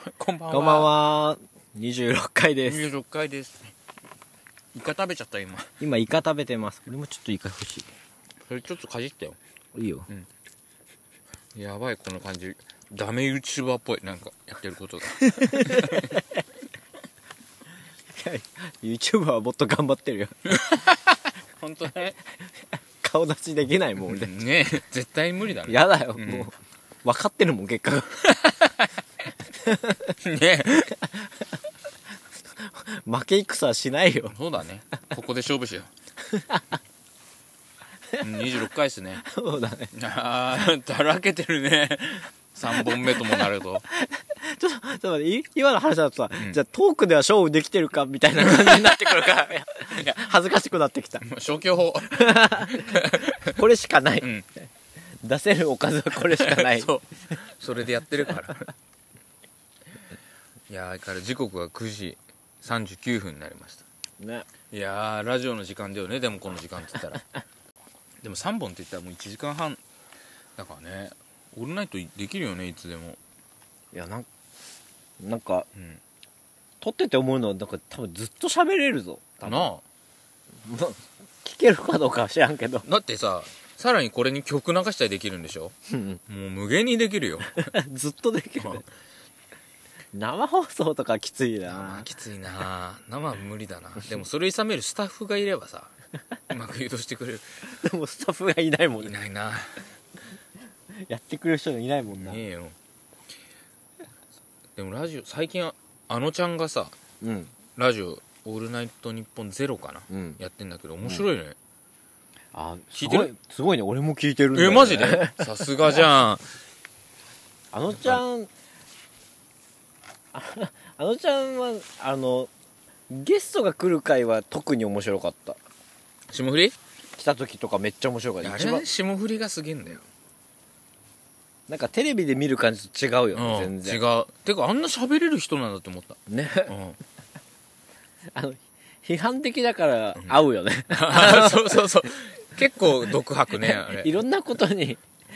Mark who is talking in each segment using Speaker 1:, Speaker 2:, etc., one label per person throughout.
Speaker 1: こんばんは。
Speaker 2: こんばんは。26回です。
Speaker 1: 26回です。イカ食べちゃった今。
Speaker 2: 今イカ食べてます。俺もちょっとイカ欲し
Speaker 1: それちょっとかじったよ。
Speaker 2: い。いいよ。
Speaker 1: やばい、この感じ。ダメ YouTuber っぽい、なんかやってることが。
Speaker 2: YouTuber はもっと頑張ってるよ。
Speaker 1: 本当ね。
Speaker 2: 顔出しできないもん俺。
Speaker 1: ねえ、絶対無理だね。
Speaker 2: やだよ、もう。分かってるもん、結果が。
Speaker 1: ねえ。
Speaker 2: 負け戦はしないよ。
Speaker 1: そうだね。ここで勝負しよう。26回っすね。
Speaker 2: そうだね。
Speaker 1: あー、だらけてるね。3本目ともなると。
Speaker 2: ちょっと待って、今の話だとさ、じゃあトークでは勝負できてるかみたいな感じになってくるから、いや恥ずかしくなってきた。
Speaker 1: 消去法。
Speaker 2: これしかない。
Speaker 1: ん
Speaker 2: 出せるおかずはこれしかない。
Speaker 1: そう。それでやってるから。いやー、から時刻が9時39分になりました。
Speaker 2: ね。
Speaker 1: いやー、ラジオの時間だよね、でもこの時間って言ったら。でも3本って言ったらもう1時間半だからね。オールナイトできるよね、いつでも。
Speaker 2: いや、なんか、
Speaker 1: うん。
Speaker 2: 撮ってて思うのは、なんか多分ずっと喋れるぞ。多分
Speaker 1: な
Speaker 2: 聞けるかどうかは知らんけど。
Speaker 1: あ。だってさ、さらにこれに曲流したりできるんでしょ。もう無限にできるよ。
Speaker 2: ずっとできる。生放送とかきつい
Speaker 1: 生
Speaker 2: な。
Speaker 1: きついな。生は無理だな。でもそれ諌めるスタッフがいればさ、うまく誘導してくれる。
Speaker 2: でもスタッフがいないもん
Speaker 1: い
Speaker 2: ね。
Speaker 1: ないな。
Speaker 2: やってくれる人がいないもんな。
Speaker 1: ねえよ。でもラジオ最近あのちゃんがさ、
Speaker 2: うん。
Speaker 1: ラジオオールナイトニッポンゼロかな、
Speaker 2: うん。
Speaker 1: やってんだけど面白いね。
Speaker 2: あ、
Speaker 1: 聞いてる？
Speaker 2: すごいね。俺も聞いてるんだよね。
Speaker 1: マジで？さすがじゃん。
Speaker 2: あのちゃん、あのちゃんは、ゲストが来る回は特に面白かった。
Speaker 1: 霜降り？
Speaker 2: 来た時とかめっちゃ面白かった。
Speaker 1: あ
Speaker 2: 一番
Speaker 1: れ霜降りがすげえんだよ。
Speaker 2: なんかテレビで見る感じと違うよね、全然。
Speaker 1: 違う。てかあんな喋れる人なんだって思った。
Speaker 2: ね。
Speaker 1: うん。
Speaker 2: 批判的だから合うよね。
Speaker 1: そうそうそう。結構独白ね、あれ。
Speaker 2: いろんなことに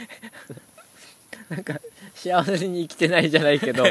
Speaker 2: なんか幸せに生きてないじゃないけど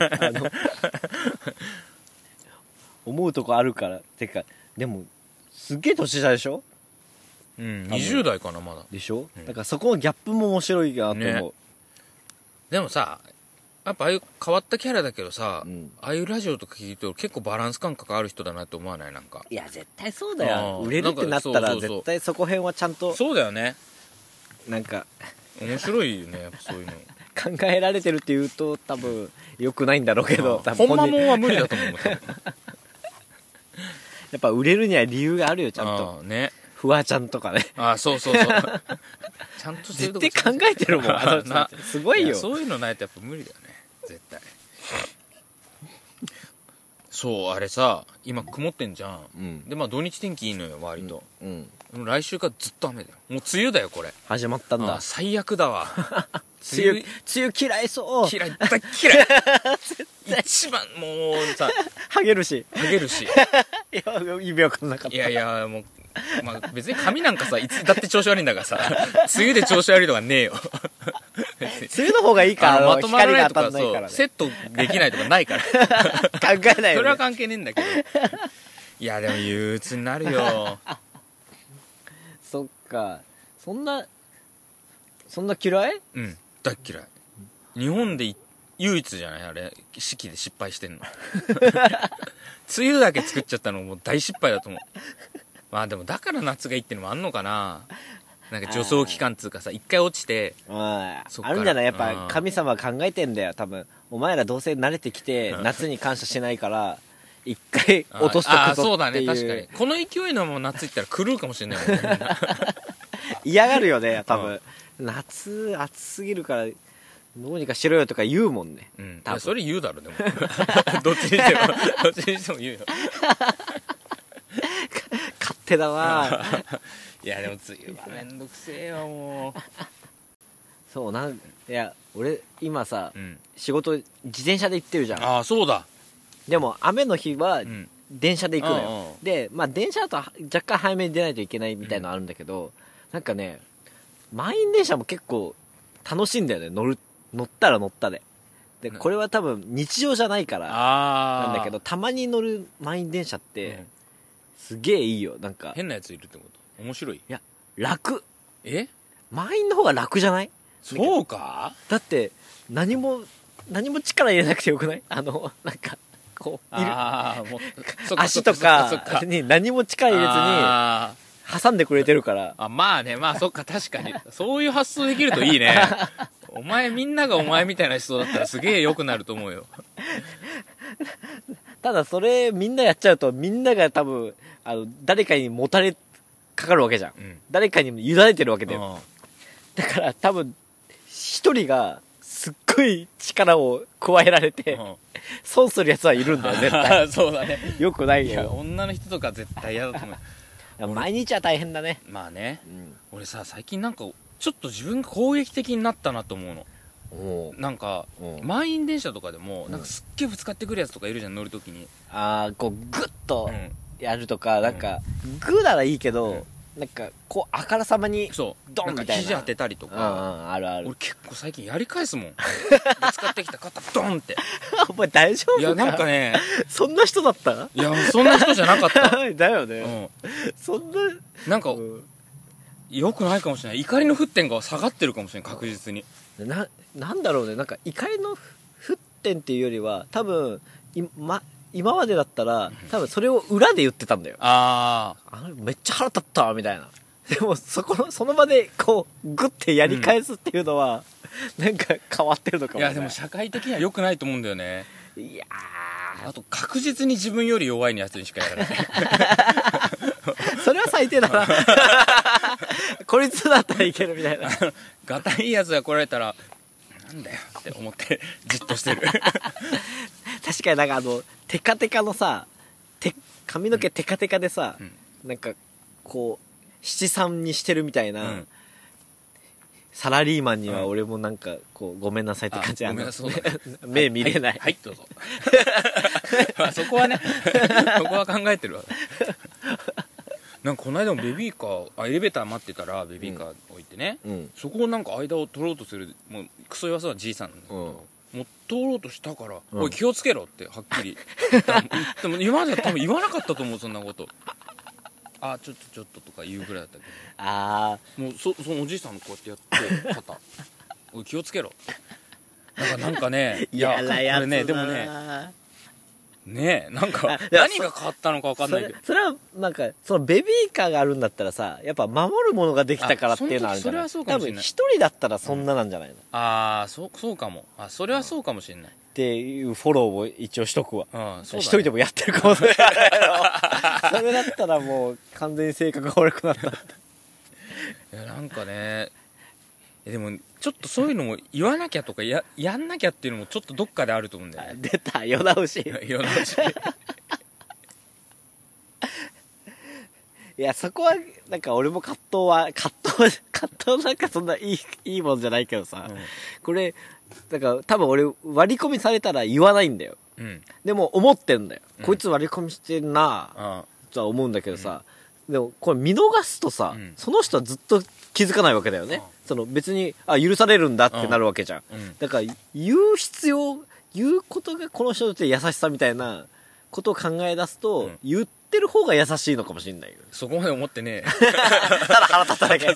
Speaker 2: 思うとこあるから。てかでもすっげえ年下でしょ。
Speaker 1: うん、20代かな、まだ。
Speaker 2: でしょ、だからそこのギャップも面白いなと思う、
Speaker 1: ねでもさ、やっぱああいう変わったキャラだけどさ、ああいうラジオとか聞いてると結構バランス感覚ある人だなって思わない？なんか。
Speaker 2: いや絶対そうだよ。
Speaker 1: うん
Speaker 2: 売れるってなったら
Speaker 1: なんかそうそうそう
Speaker 2: 絶対そこ辺はちゃんと
Speaker 1: そうだよね。
Speaker 2: なんか
Speaker 1: 面白いよね、やっぱそういうの。
Speaker 2: 考えられてるって言うと多分良くないんだろうけど、多分
Speaker 1: ほんまもんは無理だと思う。多分
Speaker 2: やっぱ売れるには理由があるよ、ちゃんと。
Speaker 1: ね。
Speaker 2: フワちゃんとかね。
Speaker 1: そうそうそう。ちゃんとしてるとこ
Speaker 2: 絶対考えてるもん、あの人たちすごいよ。
Speaker 1: そういうのないとやっぱ無理だよね、絶対。そう、あれさ、今曇ってんじゃん。で、まあ土日天気いいのよ、割と。来週からずっと雨だよ。もう梅雨だよ、これ。
Speaker 2: 始まったんだ。
Speaker 1: 最悪だわ。
Speaker 2: 梅雨嫌いそう。
Speaker 1: 嫌い、大嫌い。一番、もうさ、
Speaker 2: ハゲるし。
Speaker 1: ハゲるし。
Speaker 2: いや、意味わかんなかった。
Speaker 1: いやいや、もう、まあ別に髪なんかさ、いつだって調子悪いんだからさ、梅雨で調子悪いとかねえよ。
Speaker 2: 梅雨の方がいいから、
Speaker 1: まとまらないとか、
Speaker 2: 光が当たんないからね。
Speaker 1: セットできないとかないから。
Speaker 2: 考えないよ、ね。
Speaker 1: それは関係ねえんだけど。いや、でも憂鬱になるよ。
Speaker 2: そっか。そんな嫌い？
Speaker 1: うん、大っ嫌い。日本で唯一じゃないあれ、四季で失敗してんの。梅雨だけ作っちゃったのもう大失敗だと思う。まあでもだから夏がいいってのもあんのかな。なんか助走期間っつうかさ、一回落ちて、
Speaker 2: あるんじゃない？やっぱ神様考えてんだよ、多分。お前らどうせ慣れてきて夏に感謝しないから一回落としとくぞっていう。
Speaker 1: そうだね、確かに。この勢いのまま夏行ったら狂うかもしれないもんね。
Speaker 2: 嫌がるよね、多分。夏暑すぎるからどうにかしろよとか言うもんね。
Speaker 1: いや、それ言うだろ、でも。どっちにしても、どっちにしても言うよ。
Speaker 2: 勝手だない
Speaker 1: や、でも梅雨はめんどくせえよ、もう。
Speaker 2: そういや俺今さ、仕事自転車で行ってるじゃん。
Speaker 1: そうだ。
Speaker 2: でも雨の日は電車で行くのよ。でまあ電車だと若干早めに出ないといけないみたいなのあるんだけど、なんかね満員電車も結構楽しいんだよね。乗ったら乗ったで。 でこれは多分日常じゃないから
Speaker 1: あ
Speaker 2: なんだけど、たまに乗る満員電車って
Speaker 1: うん
Speaker 2: すげえいいよ。なんか
Speaker 1: 変なやついるってこと面白い。
Speaker 2: 楽。
Speaker 1: え
Speaker 2: 満員の方が楽じゃない？
Speaker 1: そうか。
Speaker 2: だって何も力入れなくてよくない？なんかこう
Speaker 1: ああもう
Speaker 2: 足とかに何も力入れずに挟んでくれてるから。
Speaker 1: まあね、まあそっか、確かにそういう発想できるといいね。お前みんながお前みたいな人だったらすげえ良くなると思うよ。
Speaker 2: ただそれみんなやっちゃうと、みんなが多分誰かにもたれかかるわけじゃん、誰かに委ねてるわけだよ、だから多分一人がすっごい力を加えられて、損するやつはいるんだよ絶対。
Speaker 1: そうだね。
Speaker 2: よくない
Speaker 1: いや
Speaker 2: よ。
Speaker 1: 女の人とか絶対嫌だと思う。
Speaker 2: 毎日は大変だね。
Speaker 1: まあね、俺さ最近なんかちょっと自分が攻撃的になったなと思うの。なんか満員電車とかでもなんかすっげえぶつかってくるやつとかいるじゃん、乗るときに。
Speaker 2: こうグッとやるとか、なんかグーならいいけど、なんかこうあからさまにドンみたいな、
Speaker 1: なんか肘当てたりとか、
Speaker 2: あるある。
Speaker 1: 俺結構最近やり返すもん。ぶつかってきた肩ドンって。
Speaker 2: お前大丈夫か？
Speaker 1: いやなんかね、
Speaker 2: そんな人だった？
Speaker 1: いやそんな人じゃなかった。
Speaker 2: だよね、そんな
Speaker 1: なんか良くないかもしれない。怒りの沸点が下がってるかもしれない、確実に。
Speaker 2: なんだろうね、なんか怒りの沸点っていうよりは多分今までだったら多分それを裏で言ってたんだよ。めっちゃ腹立ったみたいな。でもその場でこうグッてやり返すっていうのは、なんか変わってるのかもしれない。
Speaker 1: いやでも社会的には良くないと思うんだよね。
Speaker 2: いや
Speaker 1: あと確実に自分より弱いやつにしかやらない。
Speaker 2: それは最低だな。こいつだったらいけるみたいな。
Speaker 1: ガタイいいやつが来られたらなんだよって思ってじっとしてる。
Speaker 2: 確かになんかテカテカのさ、髪の毛テカテカでさ、なんかこう七三にしてるみたいな、サラリーマンには俺もなんかこうごめんなさいって感じ。目見れない。
Speaker 1: はいどうぞ。そこはね、そこは考えてるわ。なんかこの間もベビーカーエレベーター待ってたらベビーカー置いてね、そこをなんか間を取ろうとするもうクソ弱そうなじいさんなんだけど、もう通ろうとしたから「おい気をつけろ」ってはっきり言っても今までは多分言わなかったと思う、そんなこと。ちょっととか言うぐらいだったけど、もうそのおじいさんのこうやってやって肩「おい気をつけろ」なんかね、いやこれね、でもねなんか何が変わったのか分かんないけど、
Speaker 2: それはなんかそのベビーカーがあるんだったらさ、やっぱ守るものができたからっていうのはあるんじゃない？多分一人だったらそんななんじゃないの？
Speaker 1: そうかも。それはそうかもしれない
Speaker 2: っていうフォローを一応しとくわ。
Speaker 1: 一
Speaker 2: 人でもやってるかもしれない。それだったらもう完全に性格が悪くなった。い
Speaker 1: やなんかね、でもちょっとそういうのも言わなきゃとかやんなきゃっていうのもちょっとどっかであると思うんだよね。
Speaker 2: 出た世直し。
Speaker 1: 世直し。
Speaker 2: いやそこはなんか俺も葛藤なんかそんないいもんじゃないけどさ、これだから多分俺割り込みされたら言わないんだよ、でも思ってんだよ、こいつ割り込みしてんなとは思うんだけどさ、でもこれ見逃すとさ、その人はずっと気づかないわけだよね、その別に許されるんだってなるわけじゃん、だから言うことがこの人にとって優しさみたいなことを考え出すと、言ってる方が優しいのかもしれないよ。
Speaker 1: そこまで思ってね。
Speaker 2: ただ腹立っただけ。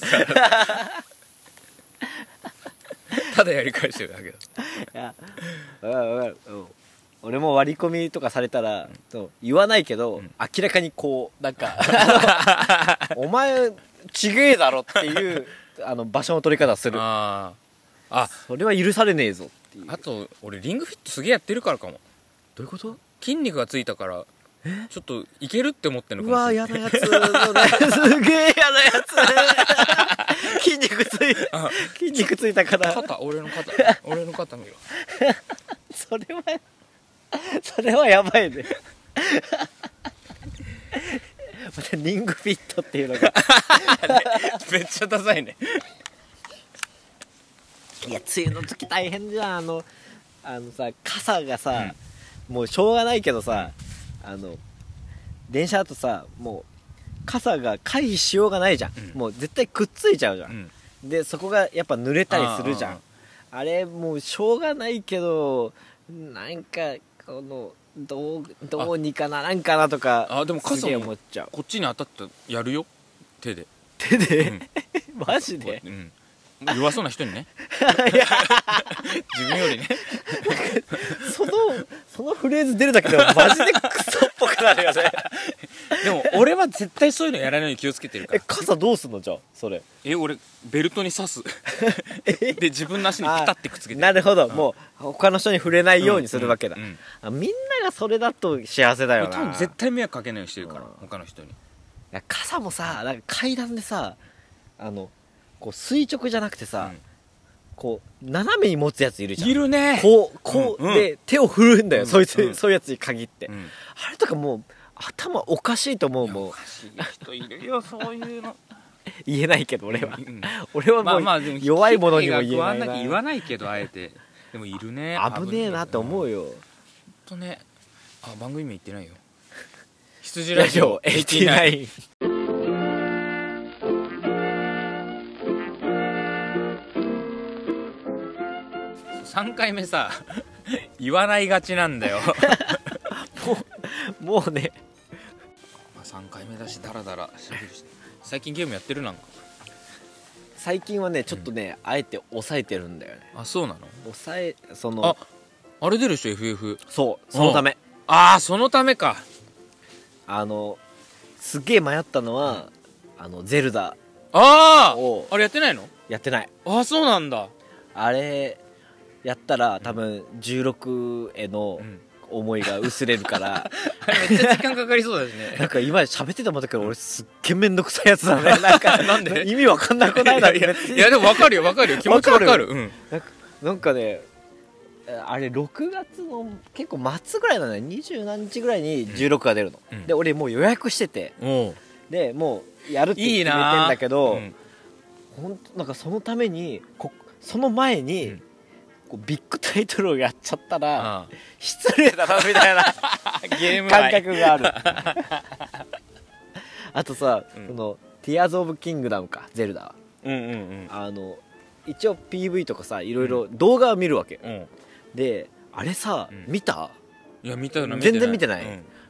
Speaker 1: ただやり返してるだけだ。
Speaker 2: いや俺も割り込みとかされたら、言わないけど、明らかにこうなんかお前ちげえだろっていう場所の取り方する。それは許されねえぞっていう。
Speaker 1: あと俺リングフィットすげえやってるからかも。
Speaker 2: どういうこと？
Speaker 1: 筋肉がついたからちょっといけるって思ってるの
Speaker 2: かもしれない。うわ、嫌なやつすげえ嫌なやつ。筋肉ついたから
Speaker 1: 俺の肩見ろ。
Speaker 2: それはやばいね。またリングフィットっていうのが
Speaker 1: めっちゃダサいね。
Speaker 2: いや梅雨の時大変じゃん。さ傘がさ、もうしょうがないけどさ、電車だとさもう傘が回避しようがないじゃん、もう絶対くっついちゃうじゃん、でそこがやっぱ濡れたりするじゃん。 あれもうしょうがないけど、なんかこのどうにかならんかなとか、
Speaker 1: あでも傘
Speaker 2: すげえ
Speaker 1: も
Speaker 2: 思っちゃう。
Speaker 1: こっちに当たったらやるよ、手で。
Speaker 2: 手で、
Speaker 1: うん
Speaker 2: マジで
Speaker 1: うん、弱そうな人にね
Speaker 2: いや
Speaker 1: 自分よりね
Speaker 2: そのフレーズ出るだけでもマジでクソっぽくなるよね。
Speaker 1: でも俺は絶対そういうのやらないように気をつけてるから。
Speaker 2: 傘どうすんのじゃあそれ。
Speaker 1: 俺ベルトに刺すで自分の足にピタッてくっつけてる。
Speaker 2: なるほど、もう他の人に触れないようにするわけだ、
Speaker 1: うんうんうん
Speaker 2: あみんながそれだと幸せだよな。
Speaker 1: 多分絶対迷惑かけないようにしてるから、
Speaker 2: うん
Speaker 1: 他の人に。
Speaker 2: いや傘もさ、なんか階段でさ、こう垂直じゃなくてさ、
Speaker 1: うん
Speaker 2: こう斜めに持つやついるじゃん。
Speaker 1: いるね。
Speaker 2: こう、
Speaker 1: うん
Speaker 2: で手を振るんだよ、
Speaker 1: うん
Speaker 2: そいつ、
Speaker 1: うん
Speaker 2: そういうやつに限って、
Speaker 1: うん
Speaker 2: あれとかもう頭おかしいと思う。もう
Speaker 1: おかしい人いるよそういうの
Speaker 2: 言えないけど俺は、
Speaker 1: うん
Speaker 2: 俺はもう
Speaker 1: でも
Speaker 2: 弱いものにも言え
Speaker 1: 被害が
Speaker 2: ないな。
Speaker 1: 食わなきゃ言わないけどあえてでもいるね。
Speaker 2: 危ねえなって思うよ。
Speaker 1: ほんとね。あ番組名言ってないよ。羊ラジオ
Speaker 2: 89。
Speaker 1: 3回目さ言わないがちなんだよ
Speaker 2: もうね、
Speaker 1: まあ3回目だしダラダラしゃべるし。最近ゲームやってる？なんか
Speaker 2: 最近はねちょっとね、あえて抑えてるんだよね。
Speaker 1: あそうなの。
Speaker 2: あ
Speaker 1: れ出るでしょ FF。
Speaker 2: そうそのため、
Speaker 1: そのためか。
Speaker 2: すっげえ迷ったのは、ゼルダ
Speaker 1: あ
Speaker 2: を
Speaker 1: れやってないの？
Speaker 2: やってない。
Speaker 1: そうなんだ。
Speaker 2: あれやったら多分16への思いが薄れるから
Speaker 1: あれめっちゃ時間かかりそうだしね
Speaker 2: なんか今喋ってて思ったけど俺すっげえめんどくさいやつだね。なんか
Speaker 1: なんで
Speaker 2: 意味わかんなくないだろ。
Speaker 1: いやでも分かるよ気持ち分かる。うん
Speaker 2: なんかね、あれ6月の結構末ぐらいなのよ。20何日ぐらいに16が出るの、
Speaker 1: うん
Speaker 2: で俺もう予約してて、
Speaker 1: おう
Speaker 2: でもうやるって決めてんだけど、ほんとなんかそのためにその前に、こうビッグタイトルをやっちゃったら失礼だなみたいな
Speaker 1: ゲーム
Speaker 2: 感覚があるあとさ、
Speaker 1: うん
Speaker 2: そのティアーズ・オブ・キングダムかゼルダは一応 PV とかさいろいろ動画を見るわけ、であれさ、見た？
Speaker 1: いや見たよな。
Speaker 2: 全然見てない、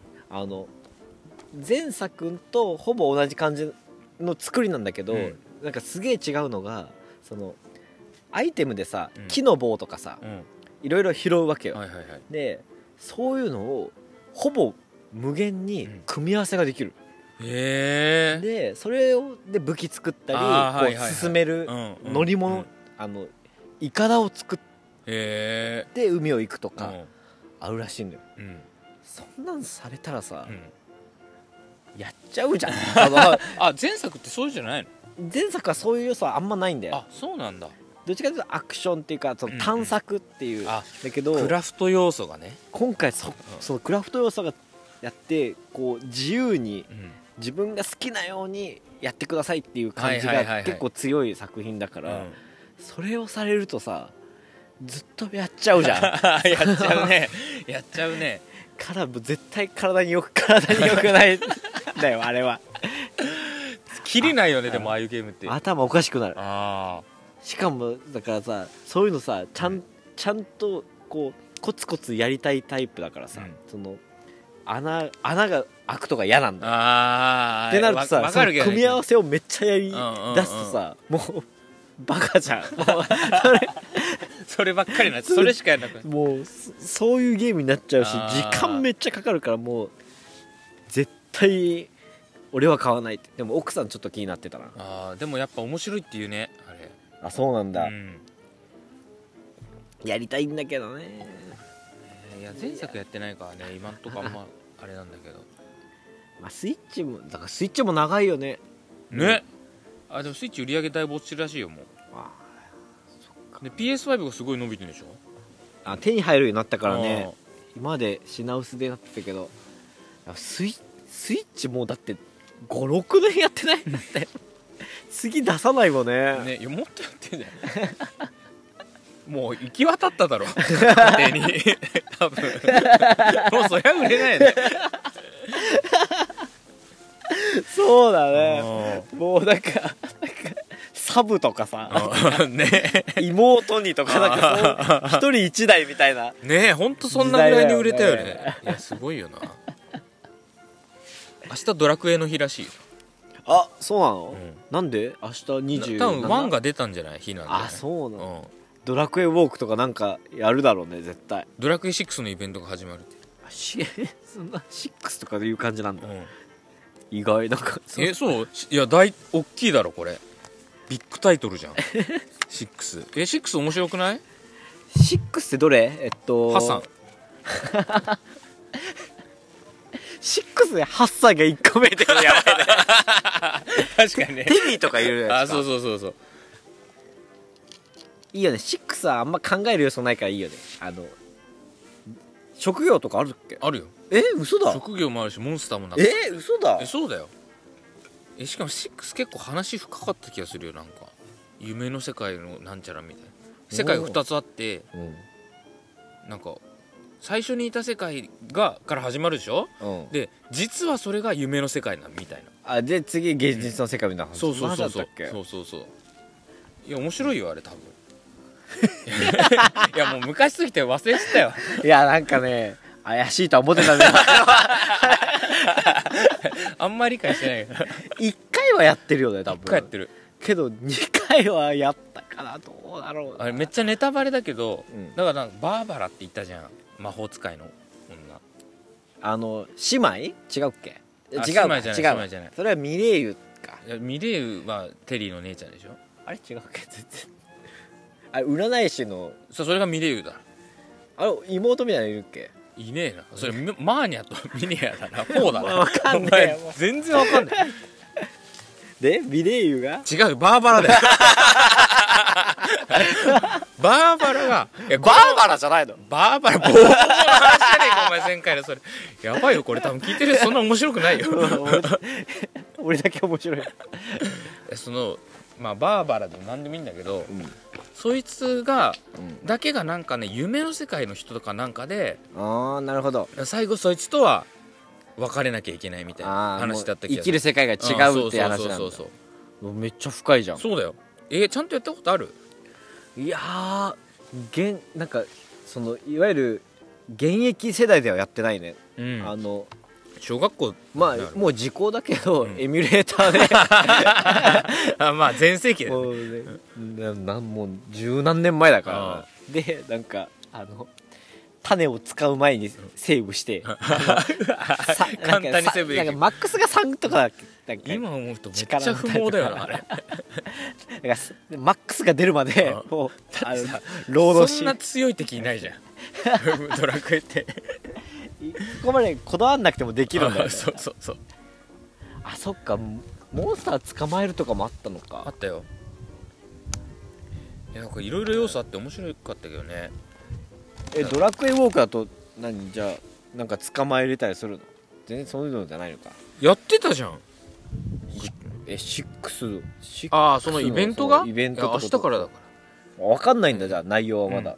Speaker 2: 前作とほぼ同じ感じの作りなんだけど、なんかすげえ違うのがそのアイテムでさ、木の棒とかさ、いろいろ拾うわけよ、でそういうのをほぼ無限に組み合わせができる、でそれで武器作ったりこう進める乗り物、イカダを作って海を行くとかあるらしいんだよ、そんなんされたらさ、やっちゃうじゃん
Speaker 1: 前作ってそうじゃないの？
Speaker 2: 前作はそういう要素はあんまないんだよ。
Speaker 1: そうなんだ。
Speaker 2: どっちかというとアクションっていうかその探索っていう、だけど
Speaker 1: クラフト要素がね
Speaker 2: 今回そのクラフト要素がやってこう自由に自分が好きなようにやってくださいっていう感じが結構強い作品だから、それをされるとさずっとやっちゃうじゃん
Speaker 1: やっちゃうねやっちゃうね
Speaker 2: から絶対体によくないんだよあれは。
Speaker 1: 切れないよね。でもああいうゲームって
Speaker 2: 頭おかしくなる。
Speaker 1: あ
Speaker 2: しかもだからさそういうのさちゃんとこうコツコツやりたいタイプだからさ、その穴が開くとか嫌なんだよ。ってなるとさ、その組み合わせをめっちゃやり出すとさ、もうバカじゃん。もう
Speaker 1: そればっかりなそれしかやらなくて
Speaker 2: もうそういうゲームになっちゃうし時間めっちゃかかるからもう絶対俺は買わないって。でも奥さんちょっと気になってたな。
Speaker 1: でもやっぱ面白いっていうねあれ。
Speaker 2: そうなんだ、やりたいんだけどね。
Speaker 1: いや前作やってないからね今んとこあんまあれなんだけど
Speaker 2: スイッチも長いよね。
Speaker 1: ね、でもスイッチ売り上げだいぶ落ちてるらしいよもう。で PS5 がすごい伸びてるでしょ。
Speaker 2: 手に入るようになったからね。今まで品薄でなってたけどスイッチもうだって5、6年やってないんだって次出さないもんね。
Speaker 1: いやもっとやってんじゃんもう行き渡っただろ家庭に多分もうそりゃ売れないね
Speaker 2: そうだね。もうなんかハブとかさ
Speaker 1: ね
Speaker 2: 妹にとかなんかそう一人一台みたいな
Speaker 1: ねえほんとそんなぐらいに売れたよね
Speaker 2: 時代だよね
Speaker 1: いやすごいよな明日ドラクエの日らしいよ、
Speaker 2: あそうなの、
Speaker 1: うん
Speaker 2: なんで明日20
Speaker 1: 多分1が出たんじゃない日なんだよね
Speaker 2: あそうなの、
Speaker 1: うん、
Speaker 2: ドラクエウォークとかなんかやるだろうね絶対
Speaker 1: ドラクエ6のイベントが始まるって、
Speaker 2: そんな6とかいう感じなんだ、
Speaker 1: うん、
Speaker 2: 意外なんか
Speaker 1: そういや大きいだろこれビッグタイトルじゃん6 6面白くない
Speaker 2: 6ってどれ
Speaker 1: ハサン
Speaker 2: 6で8歳が1個目ってことやばいね
Speaker 1: 確かにね
Speaker 2: テリーとかいるやつか
Speaker 1: そう
Speaker 2: いいよね6はあんま考える要素ないからいいよね職業とかあるっけ
Speaker 1: あるよ
Speaker 2: 嘘だ
Speaker 1: 職業もあるしモンスターもなく
Speaker 2: 嘘だ
Speaker 1: そうだよしかも6結構話深かった気がするよなんか夢の世界のなんちゃらみたいな世界が2つあってなんか最初にいた世界から始まるでしょ、で実はそれが夢の世界なみたいな
Speaker 2: で次現実の世界みたいな話
Speaker 1: そう
Speaker 2: マジだったっけ
Speaker 1: いや面白いよあれ多分いやもう昔すぎて忘れてたよ
Speaker 2: いやなんかね怪しいとは思ってたんだ
Speaker 1: あんまり理解してないけど
Speaker 2: 1回はやってるよね多分
Speaker 1: 1回やってる
Speaker 2: けど2回はやったかなどうだろう
Speaker 1: あれめっちゃネタバレだけど、
Speaker 2: うん
Speaker 1: だからなんかバーバラって言ったじゃん魔法使いの
Speaker 2: 姉妹違うっけ違う
Speaker 1: 姉妹じゃない
Speaker 2: 違う
Speaker 1: 姉妹じゃない
Speaker 2: それはミレイユか
Speaker 1: いやミレイユはテリーの姉ちゃんでしょ
Speaker 2: あれ違うっけ全然あれ占い師の
Speaker 1: それがミレイユだ
Speaker 2: 妹みたいなのいるっけ
Speaker 1: いねえなそれマーニャとミネアだな4だな
Speaker 2: わかんねえよ
Speaker 1: お前全然わかんない
Speaker 2: でミレイユが
Speaker 1: 違うバーバラだよバーバラが
Speaker 2: バーバラじゃないの
Speaker 1: バーバラボーボーの話じゃねえかお前前回のそれやばいよこれ多分聞いてるそんな面白くないよ
Speaker 2: 俺だけ面白い
Speaker 1: まあバーバラでも何でもいいんだけど、
Speaker 2: うん
Speaker 1: そいつが、だけがなんかね夢の世界の人とかなんかで
Speaker 2: ああなるほど
Speaker 1: 最後そいつとは別れなきゃいけないみたいな話だった気がする
Speaker 2: 生きる世界が違うって話なんだめっちゃ深いじゃん
Speaker 1: そうだよちゃんとやったことある
Speaker 2: いやーなんかいわゆる現役世代ではやってないね、
Speaker 1: 小学校
Speaker 2: まあもう時効だけど、エミュレーターで
Speaker 1: まあ全盛期だよね
Speaker 2: もう十何年前だからでなんか種を使う前にセーブして
Speaker 1: 簡単にセーブできる
Speaker 2: なんかマックスが3とかなんか
Speaker 1: 今思うとめっちゃ不毛だよなあれ
Speaker 2: だからマックスが出るまでもう
Speaker 1: ロードそんな強い敵いないじゃんドラクエって
Speaker 2: ここまでこだわんなくてもできるんだよ、ね、
Speaker 1: そう
Speaker 2: そっかモンスター捕まえるとかもあったのか
Speaker 1: あったよなんかいろいろ要素あって面白かったけどね
Speaker 2: ドラクエウォークだとじゃあなんか捕まえれたりするの全然そういうのじゃないのか
Speaker 1: やってたじゃん
Speaker 2: 6
Speaker 1: ああそのイベントが
Speaker 2: イベントと
Speaker 1: 明日からだから
Speaker 2: 分かんないんだじゃあ内容はまだ、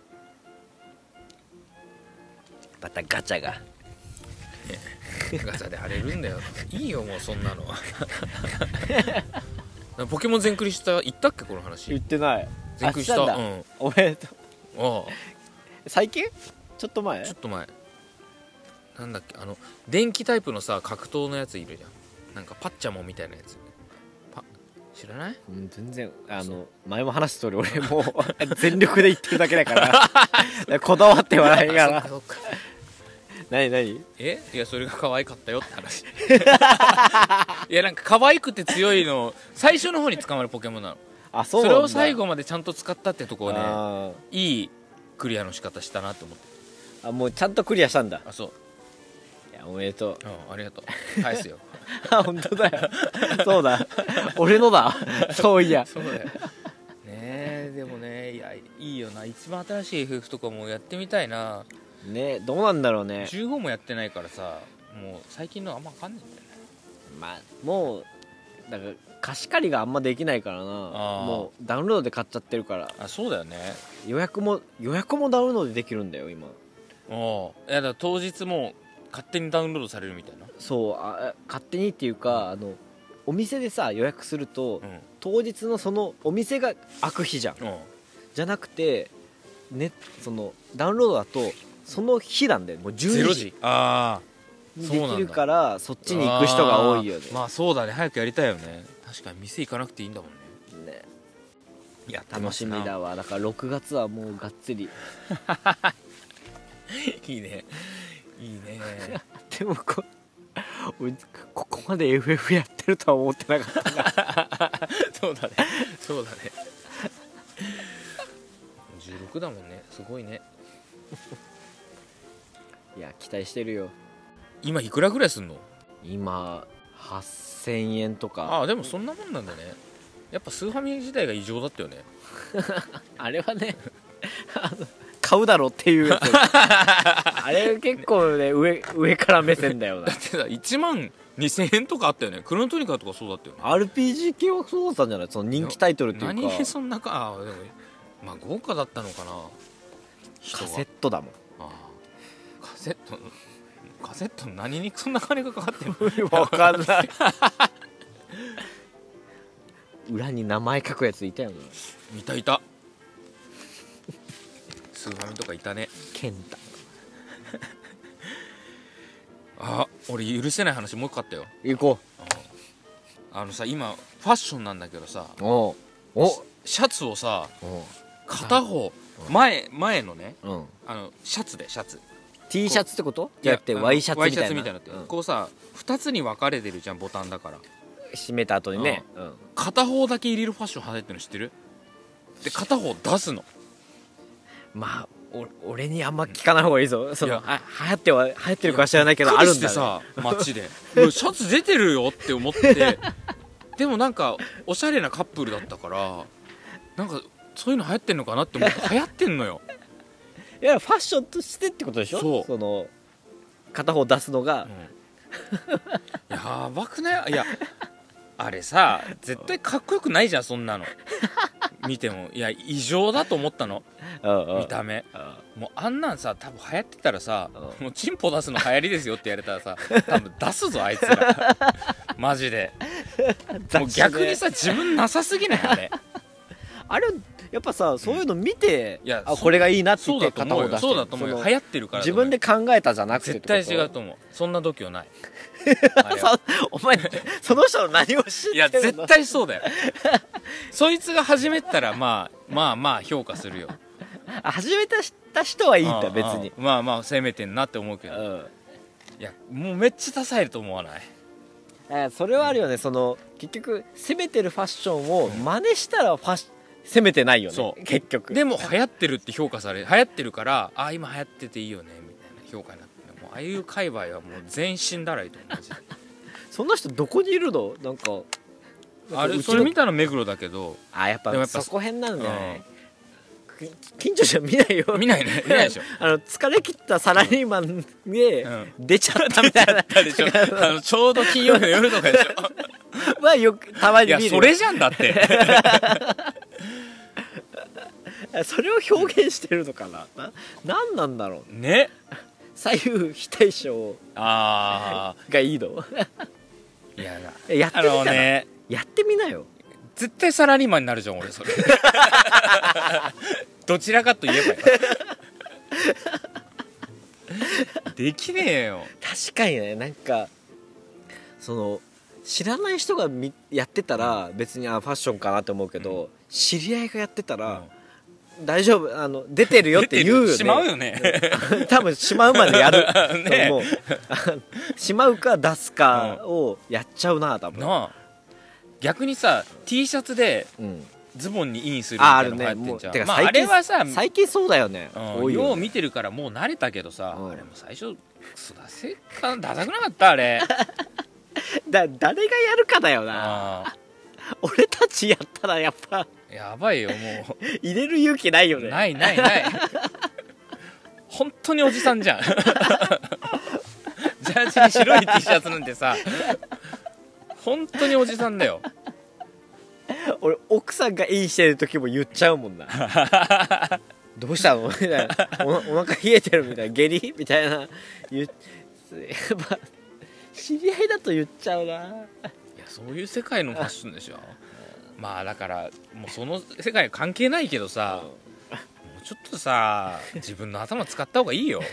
Speaker 2: またガチャが
Speaker 1: ガチャで荒れるんだよいいよもうそんなのはポケモン全クリした言ったっけこの話
Speaker 2: 言ってない
Speaker 1: 全クリした
Speaker 2: おめでとう
Speaker 1: ああ
Speaker 2: 最近ちょっと前
Speaker 1: なんだっけ電気タイプのさ格闘のやついるじゃんなんかパッチャモンみたいなやつ知らない？
Speaker 2: 全然前も話した通り俺もう全力で言ってるだけだからこだわってはないから何い
Speaker 1: やそれが可愛かったよって話いやなんか可愛くて強いの最初の方に捕まるポケモンなのそれを最後までちゃんと使ったってとこねいいクリアの仕方したなって思って
Speaker 2: もうちゃんとクリアしたんだ
Speaker 1: そう
Speaker 2: いやおめでとう
Speaker 1: ありがとう返すよ
Speaker 2: 本当だよそうだ俺のだそういや
Speaker 1: そうだよねでもねいいよな一番新しい FF とかもやってみたいな
Speaker 2: ねどうなんだろうね
Speaker 1: 15もやってないからさもう最近のあんま分かんないんだよね
Speaker 2: まあもうだから貸し借りがあんまできないからなもうダウンロードで買っちゃってるから
Speaker 1: そうだよね
Speaker 2: 予約もダウンロードできるんだよ今
Speaker 1: いやだから当日も勝手にダウンロードされるみたいな
Speaker 2: そう勝手にっていうかお店でさ予約すると、
Speaker 1: うん
Speaker 2: 当日のそのお店が開く日じゃん、
Speaker 1: うん
Speaker 2: じゃなくて、ね、そのダウンロードだとその日なんだよ、もう12
Speaker 1: 0
Speaker 2: 時
Speaker 1: 時ああ
Speaker 2: に
Speaker 1: そうなんだ
Speaker 2: できるからそっちに行く人が多いよね。
Speaker 1: まあそうだね、早くやりたいよね。確かに店行かなくていいんだもんね。
Speaker 2: ね
Speaker 1: やって
Speaker 2: 楽し
Speaker 1: ますな
Speaker 2: みだわ。だから6月はもうがっつり
Speaker 1: いいねいいね
Speaker 2: でも俺ここまで FF やってるとは思ってなかったな
Speaker 1: そうだねそうだね16だもんね、すごいね。
Speaker 2: いや期待してるよ。
Speaker 1: 今いくらぐらいすんの？
Speaker 2: 今8000円とか。
Speaker 1: ああでもそんなもんなんだね。やっぱスーファミ自体が異常だったよね。
Speaker 2: あれはね買うだろっていうやつあれ結構ね上から目線だよな
Speaker 1: だってさ1万2000円とかあったよね。クロノトリガーとかそうだったよね。
Speaker 2: RPG 系はそうだったんじゃない？その人気タイトルっていうか
Speaker 1: 何そんなか。ああでもまあ豪華だったのかな。
Speaker 2: カセットだもん
Speaker 1: ああカセット何にそんな金がかかってるの
Speaker 2: わかんない裏に名前書くやついたよな。
Speaker 1: いたスーファミとかいたね。
Speaker 2: ケンタ。
Speaker 1: あ俺許せない話もう一個あったよ。
Speaker 2: 行こ
Speaker 1: あのさ今ファッションなんだけどさ、
Speaker 2: う。お
Speaker 1: シャツをさ
Speaker 2: お
Speaker 1: 片方前のね
Speaker 2: うん
Speaker 1: あのシャツ
Speaker 2: T シャツってことじゃなくてワイシャツみたいな。
Speaker 1: ワイシャツみたいなって、
Speaker 2: うん
Speaker 1: こうさ2つに分かれてるじゃん、ボタンだから。
Speaker 2: 閉めた後にね、うん
Speaker 1: 片方だけ入れるファッション流行ってるの知ってる？で片方出すの。
Speaker 2: まあ俺にあんま聞かない方がいいぞ。その
Speaker 1: いや
Speaker 2: 流行ってるかは知らないけどあるんだ、ね、
Speaker 1: びっくりしてさ街でうわシャツ出てるよって思ってでもなんかおしゃれなカップルだったからなんかそういうの流行ってんのかなって思って流行ってんのよ。
Speaker 2: いやファッションとしてってことでしょ。
Speaker 1: そう
Speaker 2: その片方出すのが、
Speaker 1: やばくない？いやあれさ絶対かっこよくないじゃんそんなの見ても。いや異常だと思ったの見た目。もうあんなんさ多分流行ってたらさもうチンポ出すの流行りですよって言われたらさ多分出すぞあいつらマジで。もう逆にさ自分なさすぎないあれ。
Speaker 2: あれやっぱさそういうの見て、
Speaker 1: いや
Speaker 2: これがいいなって言って
Speaker 1: そうだと思うよ。
Speaker 2: 片方出して
Speaker 1: そうだと思うよ。
Speaker 2: その
Speaker 1: 流行ってるから
Speaker 2: 自分で考えたじゃなくて
Speaker 1: 絶対違うと思う。そんな度胸ないあれは
Speaker 2: さお前その人の何を知ってるの？
Speaker 1: いや絶対そうだよそいつが始めたらまあ評価するよ。
Speaker 2: 始めた人はいいんだ別に。
Speaker 1: まあまあ攻めてんなって思うけど、いやもうめっちゃ多彩と思わない？
Speaker 2: それはあるよね。その結局攻めてるファッションを真似したら攻めてないよね。
Speaker 1: そう
Speaker 2: 結局
Speaker 1: でも流行ってるって評価される。流行ってるから今流行ってていいよねみたいな評価になってもうああいう界隈はもう全身だらいと同じで
Speaker 2: その人どこにいるの？なんか
Speaker 1: あれ
Speaker 2: うちの
Speaker 1: それ見たの目黒だけど
Speaker 2: やっぱ
Speaker 1: でもやっぱ
Speaker 2: そこ辺なんじゃない？近所じゃ見ないよ。
Speaker 1: 見ないね見ないでしょ
Speaker 2: 疲れ切ったサラリーマンで
Speaker 1: うん
Speaker 2: 出ちゃったみたいな
Speaker 1: でしょちょうど金曜日の夜とかでしょ
Speaker 2: はよくたま
Speaker 1: いや
Speaker 2: に見る。
Speaker 1: それじゃんだって
Speaker 2: それを表現してるのかな。何なんだろう。
Speaker 1: ね。
Speaker 2: 左右非対称
Speaker 1: あ
Speaker 2: がいいの？
Speaker 1: いや
Speaker 2: やってみたら、
Speaker 1: ね
Speaker 2: やってみなよ。
Speaker 1: 絶対サラリーマンになるじゃん俺それどちらかと言えばよできねえよ。
Speaker 2: 確かにね。なんかその知らない人がやってたら別にファッションかなって思うけど、知り合いがやってたら、大丈夫出てるよって言うよね。
Speaker 1: しまうよね
Speaker 2: 多分しまうまでやる
Speaker 1: ね
Speaker 2: もうしまうか出すかをやっちゃうな多分。
Speaker 1: なあ逆にさ T シャツで
Speaker 2: うん
Speaker 1: ズボンにインするみたいなの流行ってんじゃん。まああれはさ
Speaker 2: 最近そうだよね。多いよね
Speaker 1: よう見てるからもう慣れたけどさ、
Speaker 2: うん
Speaker 1: あれも最初クソダセかダサくなかったあれ
Speaker 2: 誰がやるかだよな。
Speaker 1: あ
Speaker 2: 俺たちやったらやっぱ
Speaker 1: やばいよも
Speaker 2: 入れる勇気ないよ
Speaker 1: う
Speaker 2: ね。
Speaker 1: ない本当におじさんじゃんジャージに白い T シャツなんてさ本当におじさんだよ
Speaker 2: 俺奥さんがインしてる時も言っちゃうもんなどうしたのみたいなお腹冷えてるみたいな下痢みたいなやっぱ知り合いだと言っちゃうな。
Speaker 1: いやそういう世界のファッションでしょまあだからもうその世界関係ないけどさ、もうちょっとさ自分の頭使った方がいいよ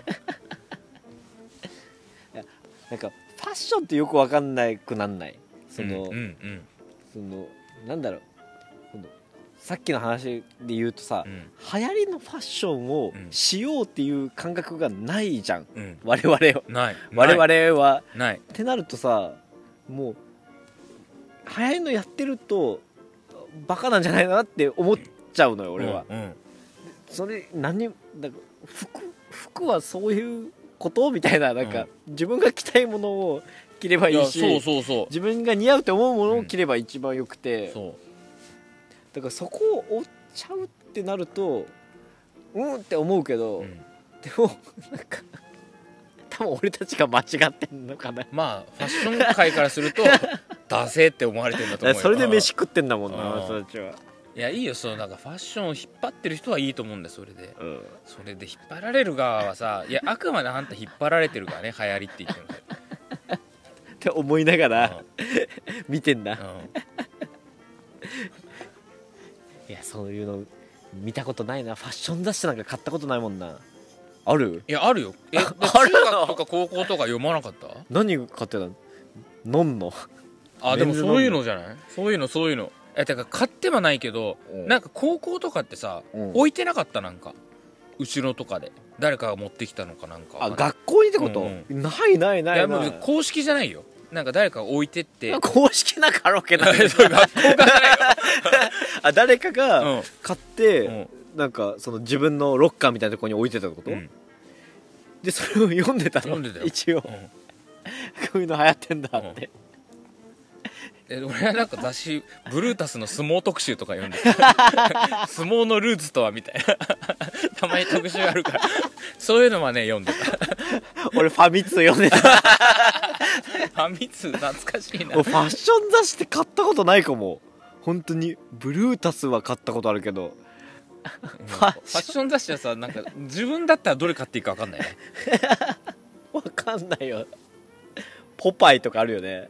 Speaker 2: なんかファッションってよく分かんなくなんないその、
Speaker 1: うんうん
Speaker 2: そのなんだろう、そのさっきの話で言うとさ、
Speaker 1: うん
Speaker 2: 流行りのファッションをしようっていう感覚がないじゃん、
Speaker 1: うん
Speaker 2: 我々は
Speaker 1: ない
Speaker 2: 我々は
Speaker 1: ない
Speaker 2: ってなるとさ、もう流行りのやってるとバカなんじゃないかなって思っちゃうのよ俺は、
Speaker 1: うんうん
Speaker 2: それ何だから服はそういうことみたいな、なんか、自分が着たいものを着ればいいし、
Speaker 1: そうそうそう
Speaker 2: 自分が似合うと思うものを着れば一番よくて、
Speaker 1: そう
Speaker 2: だからそこを追っちゃうってなるとって思うけど、
Speaker 1: うん
Speaker 2: でもなんか多分俺たちが間違ってんのかな。
Speaker 1: まあファッション界からするとダセーって思われてるんだと思うよ
Speaker 2: それで飯食ってんだもんな、
Speaker 1: うん
Speaker 2: 私たちは。
Speaker 1: いやいいよ、そのなんかファッションを引っ張ってる人はいいと思うんだよ。それで
Speaker 2: うん、
Speaker 1: それで引っ張られる側はさ、いやあくまであんた引っ張られてるからね、流行りって言っても
Speaker 2: って思いながら、見てんだ。いやそういうの見たことないな。ファッション雑誌なんか買ったことないもんな。ある？
Speaker 1: いやあるよ。で中
Speaker 2: あるの
Speaker 1: 学とか高校とか読まなかった？
Speaker 2: 何買ってたの？ノンの。
Speaker 1: あでもそういうのじゃない？そういうのだから買ってはないけど、なんか高校とかってさ、置いてなかった？なんか後ろとかで誰かが持ってきたのかなんか。
Speaker 2: あ、学校にってこと？ないないない。
Speaker 1: いやもう公式じゃないよ。なんか誰かが置いてって
Speaker 2: 公式なカラオケなんだ
Speaker 1: そう学校がじゃないよ
Speaker 2: あ、誰かが買って、なんかその自分のロッカーみたいなところに置いてたってこと？でそれを読んでたの？
Speaker 1: 読んでたよ
Speaker 2: 一応、こういうの流行ってんだって、
Speaker 1: 俺はなんか雑誌ブルータスの相撲特集とか読んで相撲のルーツとはみたいなたまに特集あるからそういうのはね読んでた
Speaker 2: 俺ファミ通読んでた
Speaker 1: ファミ通懐かしいな。
Speaker 2: ファッション雑誌って買ったことないかも。本当にブルータスは買ったことあるけど
Speaker 1: ファッション雑誌はさ、なんか自分だったらどれ買っていいか分かんないね
Speaker 2: わかんないよ。ポパイとかあるよね。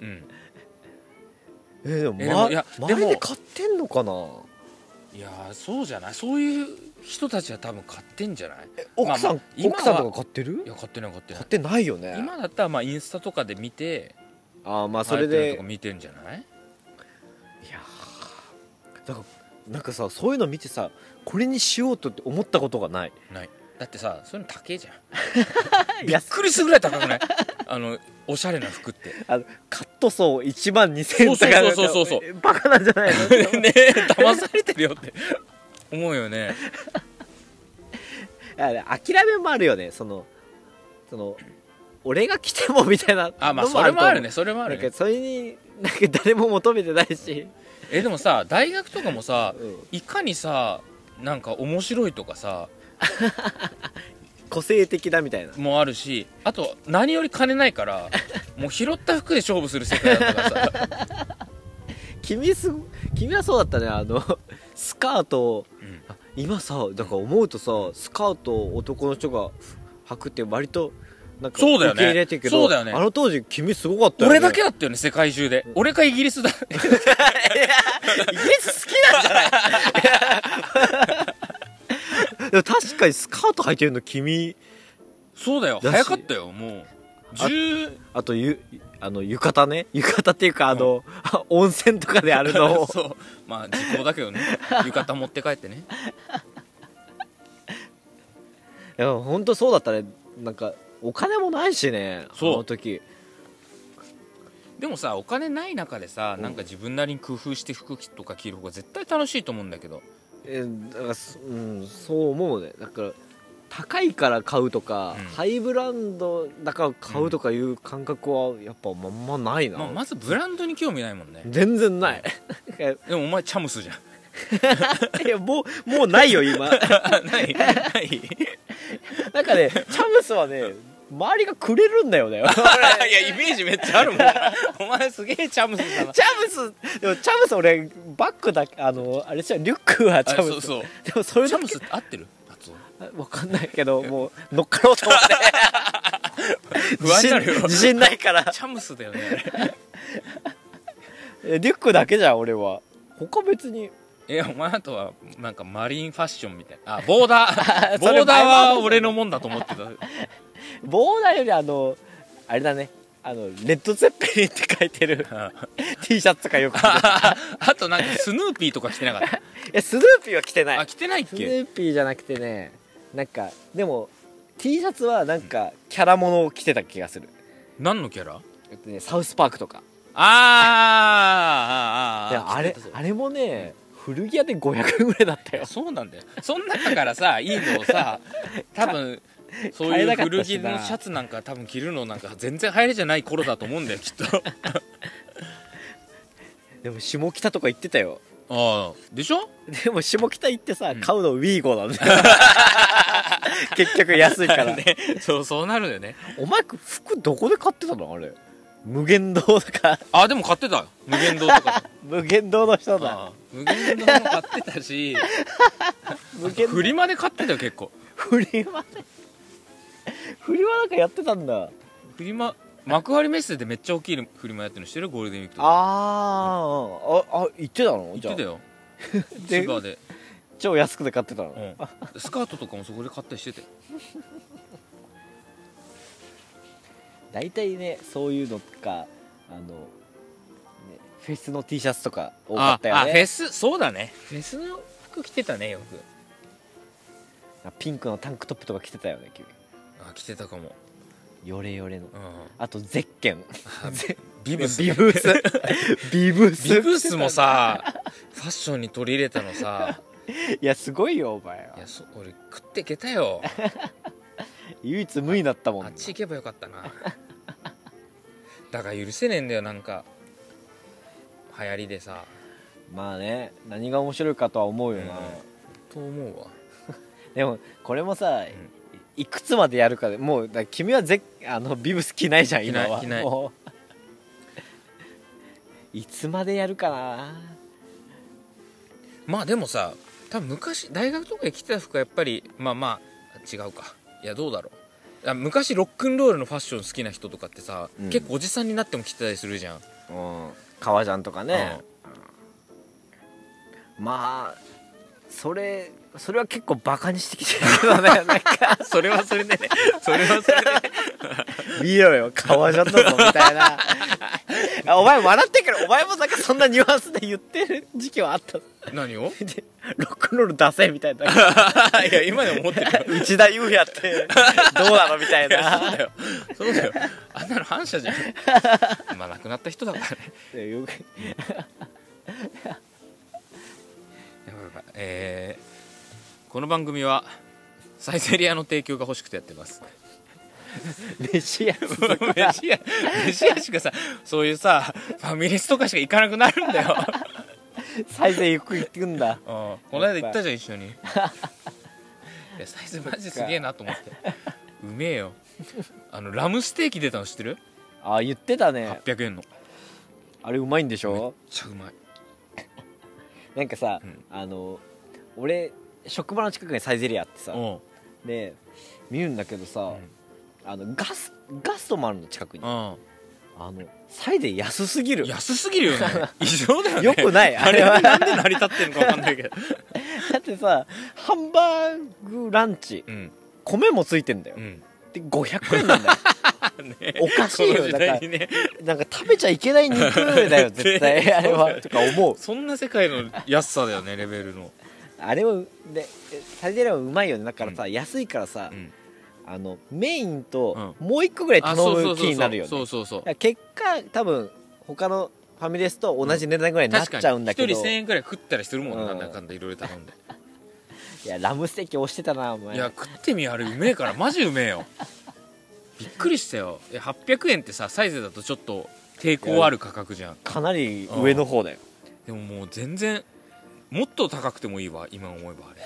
Speaker 2: でも、
Speaker 1: いや
Speaker 2: 周りで買ってんのかな。
Speaker 1: いやそうじゃない、そういう人たちは多分買ってんじゃない。
Speaker 2: 奥さん、
Speaker 1: 今は
Speaker 2: 奥さんとか買ってる？
Speaker 1: いや買ってない
Speaker 2: 買ってないよね。
Speaker 1: 今だったらまあインスタとかで見て、
Speaker 2: まあそれで
Speaker 1: 見てんじゃない。い
Speaker 2: やだからなんかさ、そういうの見てさ、これにしようとって思ったことがない。
Speaker 1: だってさ、そういうの高えじゃんびっくりするぐらい高くないおしゃれな服って
Speaker 2: カットソー1万2000円とか、
Speaker 1: そう
Speaker 2: バカなんじゃないの
Speaker 1: ねえ騙されてるよって思うよね。
Speaker 2: 諦めもあるよね。その俺が来てもみたいなのも
Speaker 1: まあそれもあるね。それもあるね。
Speaker 2: なんかそれになんか誰も求めてないし。
Speaker 1: でもさ、大学とかもさ、いかにさなんか面白いとかさ
Speaker 2: 個性的だみたいな
Speaker 1: もあるし、あと何より金ないからもう拾った服で勝負する世界だからさ
Speaker 2: 君はそうだったね。スカート、今さだから思うとさ、スカートを男の人が履くって割となんか
Speaker 1: そうだよね、
Speaker 2: 受け入れてるけど、
Speaker 1: そうだよね、
Speaker 2: あの当時君すごかったよね。
Speaker 1: 俺だけだったよね世界中で、俺かイギリスだ
Speaker 2: イギリス好きなんじゃないでも確かにスカート履いてるの君。
Speaker 1: そうだよ、早かったよ。もう
Speaker 2: あと浴衣ね、浴衣っていうか温泉とかであるのを
Speaker 1: そう、まあ時効だけどね浴衣持って帰ってね
Speaker 2: いや本当そうだったね。なんかお金もないしね、
Speaker 1: そう
Speaker 2: あの時。
Speaker 1: でもさ、お金ない中でさ、なんか自分なりに工夫して服とか着る方が絶対楽しいと思うんだけど。
Speaker 2: だからそう思うね。だから高いから買うとか、ハイブランドだから買うとかいう感覚はやっぱまんまないな。
Speaker 1: まずブランドに興味ないもんね。
Speaker 2: 全然ない
Speaker 1: でもお前チャムスじゃん
Speaker 2: いやもうないよ今
Speaker 1: ない
Speaker 2: なんかね、チャムスはね周りがくれるんだよねいや
Speaker 1: イメージめっちゃあるもんお前すげえチャムスだな。
Speaker 2: チャムス俺バッグだけあれじゃリュックはチャムス。
Speaker 1: そう
Speaker 2: でもそれ
Speaker 1: チャムスって合ってる発音
Speaker 2: わかんないけど、もう乗っかろうと思って
Speaker 1: 不安になるよ
Speaker 2: 自信ないから
Speaker 1: チャムスだよね
Speaker 2: リュックだけじゃん俺は。他別に。
Speaker 1: お前あとはなんかマリンファッションみたいな。ボーダーボ
Speaker 2: それ
Speaker 1: ーダーは俺のもんだと思ってた。
Speaker 2: ボーダーよりあれだね、レッド・ゼッペリンって書いてるT シャツとかよく着てる。
Speaker 1: あとなんかスヌーピーとか着てなかった。
Speaker 2: いやスヌーピーは着てない。
Speaker 1: 着てないっ
Speaker 2: スヌ
Speaker 1: け。
Speaker 2: ーピーじゃなくてね、なんかでも T シャツはなんかキャラものを着てた気がする。
Speaker 1: 何のキャラ。
Speaker 2: サウスパークとか。であれ
Speaker 1: 着てたぞ
Speaker 2: あれもね、古着屋で500円ぐらいだったよ。
Speaker 1: そうなんだよ。そん中からさ、いいのをさ、多分そういう古着のシャツなんか多分着るのなんか全然入れじゃない頃だと思うんだよきっと。
Speaker 2: でも下北とか行ってたよ。
Speaker 1: ああでしょ。
Speaker 2: でも下北行ってさ、
Speaker 1: ん
Speaker 2: 買うのウィーゴなんだよ。結局安いから、
Speaker 1: ね、そうなるよね。
Speaker 2: お前服どこで買ってたのあれ。無限堂とか。
Speaker 1: あでも買ってたよ無限堂とか。
Speaker 2: 無限堂の人だ。
Speaker 1: 無限堂も買ってたし
Speaker 2: 無限
Speaker 1: フリマで買ってたよ結構。
Speaker 2: フリマなんかやってたんだ。
Speaker 1: フリマ幕張メッセでめっちゃ大きいフリマやってるの知ってる。ゴールデンウィークとか
Speaker 2: 行ってたの。
Speaker 1: 行ってたよ。
Speaker 2: で
Speaker 1: 千葉で、
Speaker 2: 超安くで買ってたの、
Speaker 1: スカートとかもそこで買ったりしてて。
Speaker 2: 大体ねそういうのとかね、フェスの T シャツとか多かったよね。
Speaker 1: フェスそうだね。フェスの服着てたねよく。
Speaker 2: ピンクのタンクトップとか着てたよね君。
Speaker 1: 着てたかも。
Speaker 2: ヨレヨレの、
Speaker 1: うん、
Speaker 2: あとゼッケン。
Speaker 1: ビブス
Speaker 2: ビブスビブス
Speaker 1: ビブスもさファッションに取り入れたのさ。
Speaker 2: いやすごいよお前は。
Speaker 1: いや俺食っていけたよ。
Speaker 2: 唯一無二だったもん。
Speaker 1: あっち行けばよかったな。だから許せねえんだよなんか流行りでさ。
Speaker 2: まあね何が面白いかとは思うよな、
Speaker 1: と思うわ。
Speaker 2: でもこれもさ、いくつまでやるかでもう君はビブス着ないじゃん今は。
Speaker 1: 着ない
Speaker 2: もういつまでやるかな。
Speaker 1: まあでもさ多分昔大学とかで着てた服はやっぱりまあ違うか。いやどうだろう。昔ロックンロールのファッション好きな人とかってさ、結構おじさんになっても着てたりするじゃん。
Speaker 2: 革ジャンとかね、まあそれは結構バカにしてきてるけどね。なんか
Speaker 1: それはそれでね
Speaker 2: 見ろよ革ジャンだぞみたいな。お前笑ってくる。お前もなんかそんなニュアンスで言ってる時期はあった。
Speaker 1: 何を。
Speaker 2: でロックンロール出せみたいな。
Speaker 1: いや今でも思ってるよ。
Speaker 2: 内田裕也ってどうなのみたいな。
Speaker 1: そうだよあんなの反射じゃん。まあ亡くなった人だからね。
Speaker 2: よく
Speaker 1: この番組はサイゼリアの提供が欲しくてやってます。
Speaker 2: 飯屋
Speaker 1: 飯屋しかさそういうさファミレスとかしか行かなくなるんだよ。
Speaker 2: サイゼよく行くんだ。
Speaker 1: この間行ったじゃん一緒に。いやサイズマジすげえなと思って。うめえよ。ラムステーキ出たの知ってる。
Speaker 2: 言ってたね。
Speaker 1: 800円の
Speaker 2: あれうまいんでしょ。
Speaker 1: めっちゃうまい。
Speaker 2: なんかさ、俺職場の近くにサイゼリアあってさ、で見るんだけどさ、ガストもあるの近くに。サイゼ安すぎる。
Speaker 1: 安すぎるよね。異常だよね。
Speaker 2: よくない
Speaker 1: あれはなんで成り立ってるのか分かんないけど。
Speaker 2: だってさハンバーグランチ、米もついてんだよ、で500円なんだよ。おかしいよ。だからなんか食べちゃいけない肉だよ絶対あれはとか思う。
Speaker 1: そんな世界の安さだよねレベルの。
Speaker 2: あれはでサイゼリアはうまいよね。だからさ、安いからさ、メインともう一個ぐらい頼む気になるよね。結果多分他のファミレスと同じ値段ぐらいになっちゃうんだけど、
Speaker 1: 1人1000円ぐらい食ったりするもん、なんだかんだいろいろ頼んで。
Speaker 2: いやラムステーキ押してたなお前。
Speaker 1: いや食ってみ、あれうめえからマジうめえよ。びっくりしたよ。800円ってさサイズだとちょっと抵抗ある価格じゃん。
Speaker 2: かなり上の方だよ。
Speaker 1: でももう全然もっと高くてもいいわ今思えば。あれ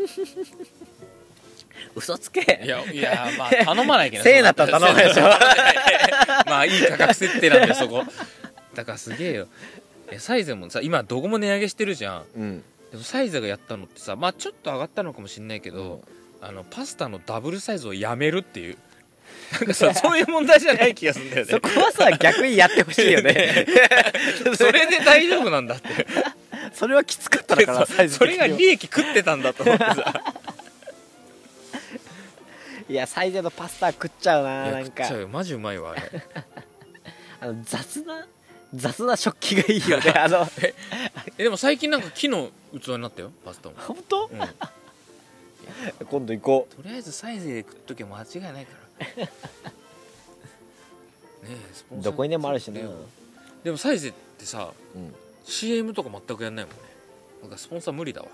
Speaker 2: 嘘つけ。
Speaker 1: いやまあ頼まないけど
Speaker 2: 1000円だったら頼まないでしょ。
Speaker 1: まあいい価格設定なんだよそこだからすげえよ。サイゼもさ今どこも値上げしてるじゃん、でもサイゼがやったのってさ、まあちょっと上がったのかもしれないけど、パスタのダブルサイズをやめるっていう。 なんかさそういう問題じゃない気がするんだよね
Speaker 2: そこはさ逆にやってほしいよね
Speaker 1: それで大丈夫なんだって
Speaker 2: それはきつかったのかなサイズ
Speaker 1: そ
Speaker 2: 的には
Speaker 1: れが利益食ってたんだと思ってさ
Speaker 2: いやサイゼのパスタ食っちゃうな。
Speaker 1: いや
Speaker 2: なんか
Speaker 1: 食っちゃうよマジうまいわあれ
Speaker 2: 雑な食器がいいよね
Speaker 1: でも最近なんか木の器になったよパスタも、
Speaker 2: 本当、
Speaker 1: うん、
Speaker 2: 今度行こ
Speaker 1: とりあえずサイズで食っときゃ間違いないからねえスポンサー
Speaker 2: どこにでもあるしね。
Speaker 1: でもサイズってさ、
Speaker 2: うん、
Speaker 1: CM とか全くやんないもんね。なんかスポンサー無理だわ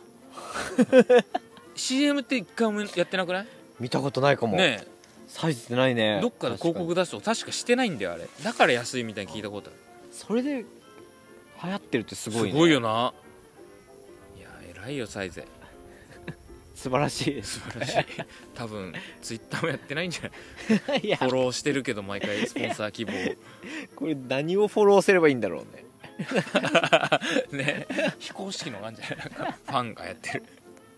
Speaker 1: CM って一回もやってなくない？
Speaker 2: 見たことないかも。
Speaker 1: ね
Speaker 2: サイズってないね。
Speaker 1: えどっかで広告出すと確かしてないんだよあれ。だから安いみたいに聞いたことある。
Speaker 2: それで流行ってるってすごいね。
Speaker 1: すごいよな。いや偉いよサイゼ。
Speaker 2: 素晴らしい。
Speaker 1: 素晴らしい多分ツイッターもやってないんじゃない
Speaker 2: いや
Speaker 1: フォローしてるけど毎回スポンサー希望
Speaker 2: これ何をフォローすればいいんだろうね
Speaker 1: ね非公式のがあるんじゃないなんかファンがやってる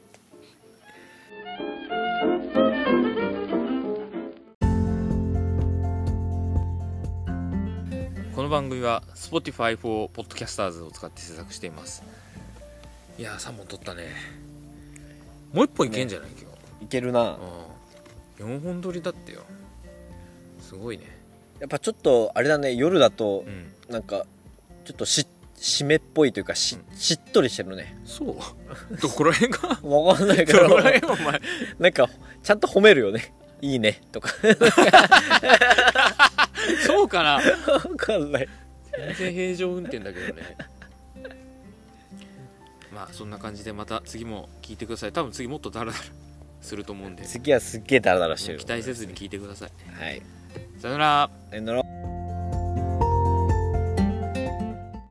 Speaker 1: この番組は Spotify for Podcasters を使って制作しています。いやー3本撮ったね。もう1本いけんじゃない、今日。
Speaker 2: いけるな。
Speaker 1: 4本撮りだってよ。すごいね。
Speaker 2: やっぱちょっとあれだね、夜だと
Speaker 1: うん、
Speaker 2: なんかちょっと湿っぽいというかしっとりしてるね。
Speaker 1: そうどこら辺が
Speaker 2: わかんないけど
Speaker 1: どこら辺お前
Speaker 2: なんかちゃんと褒めるよね。いいねとか
Speaker 1: そうかな
Speaker 2: わかんない。
Speaker 1: 全然平常運転だけどねまあそんな感じでまた次も聞いてください。多分次もっとダラダラすると思うんで
Speaker 2: 次はすっげえダラダラしてる。
Speaker 1: 期待せずに聞いてください。
Speaker 2: はい。
Speaker 1: さよなら。
Speaker 2: さよなら。